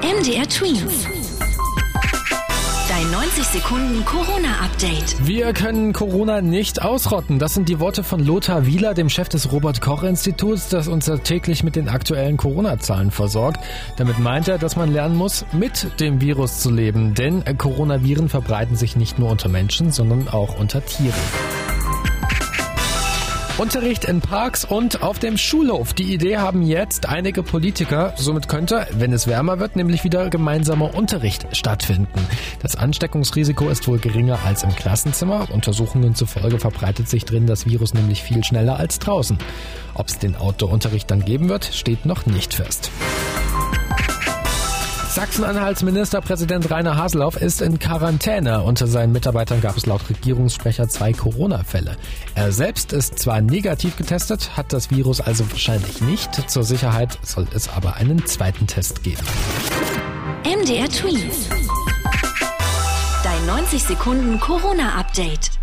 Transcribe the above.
MDR Twins. Dein 90 Sekunden Corona-Update. Wir können Corona nicht ausrotten. Das sind die Worte von Lothar Wieler, dem Chef des Robert-Koch-Instituts, das uns täglich mit den aktuellen Corona-Zahlen versorgt. Damit meint er, dass man lernen muss, mit dem Virus zu leben. Denn Coronaviren verbreiten sich nicht nur unter Menschen, sondern auch unter Tieren. Unterricht in Parks und auf dem Schulhof. Die Idee haben jetzt einige Politiker. Somit könnte, wenn es wärmer wird, nämlich wieder gemeinsamer Unterricht stattfinden. Das Ansteckungsrisiko ist wohl geringer als im Klassenzimmer. Untersuchungen zufolge verbreitet sich drin das Virus nämlich viel schneller als draußen. Ob es den Outdoor-Unterricht dann geben wird, steht noch nicht fest. Sachsen-Anhalts Ministerpräsident Rainer Haseloff ist in Quarantäne. Unter seinen Mitarbeitern gab es laut Regierungssprecher 2 Corona-Fälle. Er selbst ist zwar negativ getestet, hat das Virus also wahrscheinlich nicht. Zur Sicherheit soll es aber einen zweiten Test geben. MDR Twins. Dein 90 Sekunden Corona-Update.